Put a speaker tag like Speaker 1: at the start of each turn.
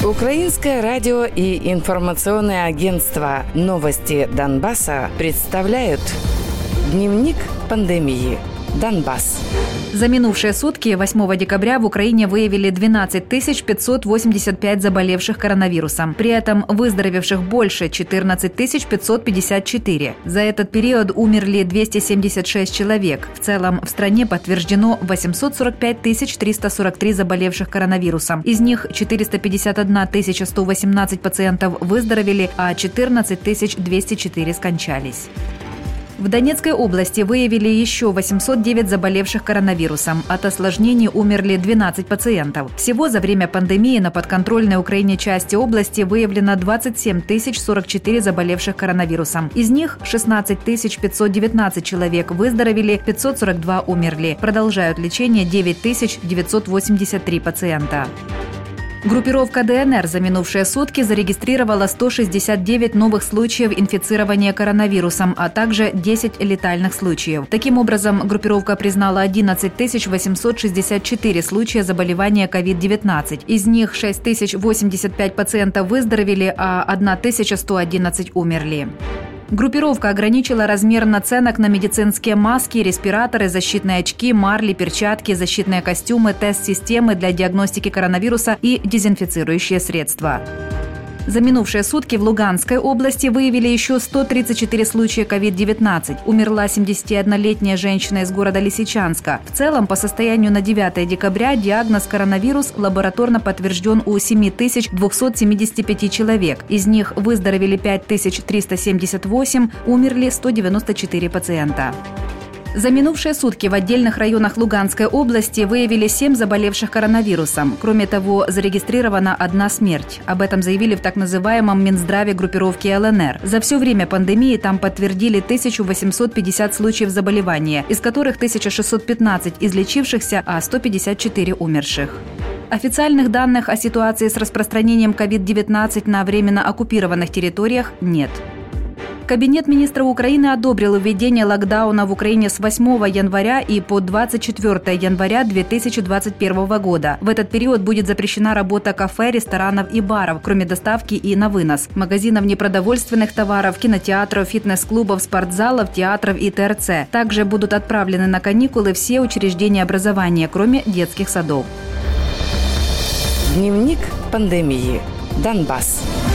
Speaker 1: Украинское радио и информационное агентство «Новости Донбасса» представляют «Дневник пандемии. Донбасс».
Speaker 2: За минувшие сутки, 8 декабря, в Украине выявили 12 585 заболевших коронавирусом. При этом выздоровевших больше – 14 554. За этот период умерли 276 человек. В целом в стране подтверждено 845 343 заболевших коронавирусом. Из них 451 118 пациентов выздоровели, а 14 204 скончались. В Донецкой области выявили еще 809 заболевших коронавирусом. От осложнений умерли 12 пациентов. Всего за время пандемии на подконтрольной Украине части области выявлено 27 044 заболевших коронавирусом. Из них 16 519 человек выздоровели, 542 умерли. Продолжают лечение 9 983 пациента. Группировка ДНР за минувшие сутки зарегистрировала 169 новых случаев инфицирования коронавирусом, а также 10 летальных случаев. Таким образом, группировка признала 11 864 случая заболевания COVID-19. Из них 6085 пациентов выздоровели, а 1111 умерли. Группировка ограничила размер наценок на медицинские маски, респираторы, защитные очки, марли, перчатки, защитные костюмы, тест-системы для диагностики коронавируса и дезинфицирующие средства. За минувшие сутки в Луганской области выявили еще 134 случая COVID-19. Умерла 71-летняя женщина из города Лисичанска. В целом, по состоянию на 9 декабря диагноз коронавирус лабораторно подтвержден у 7275 человек. Из них выздоровели 5378, умерли 194 пациента. За минувшие сутки в отдельных районах Луганской области выявили 7 заболевших коронавирусом. Кроме того, зарегистрирована 1 смерть. Об этом заявили в так называемом Минздраве группировки ЛНР. За все время пандемии там подтвердили 1850 случаев заболевания, из которых 1615 излечившихся, а 154 умерших. Официальных данных о ситуации с распространением COVID-19 на временно оккупированных территориях нет. Кабинет министров Украины одобрил введение локдауна в Украине с 8 января и по 24 января 2021 года. В этот период будет запрещена работа кафе, ресторанов и баров, кроме доставки и на вынос, магазинов непродовольственных товаров, кинотеатров, фитнес-клубов, спортзалов, театров и ТРЦ. Также будут отправлены на каникулы все учреждения образования, кроме детских садов.
Speaker 1: Дневник пандемии. Донбасс.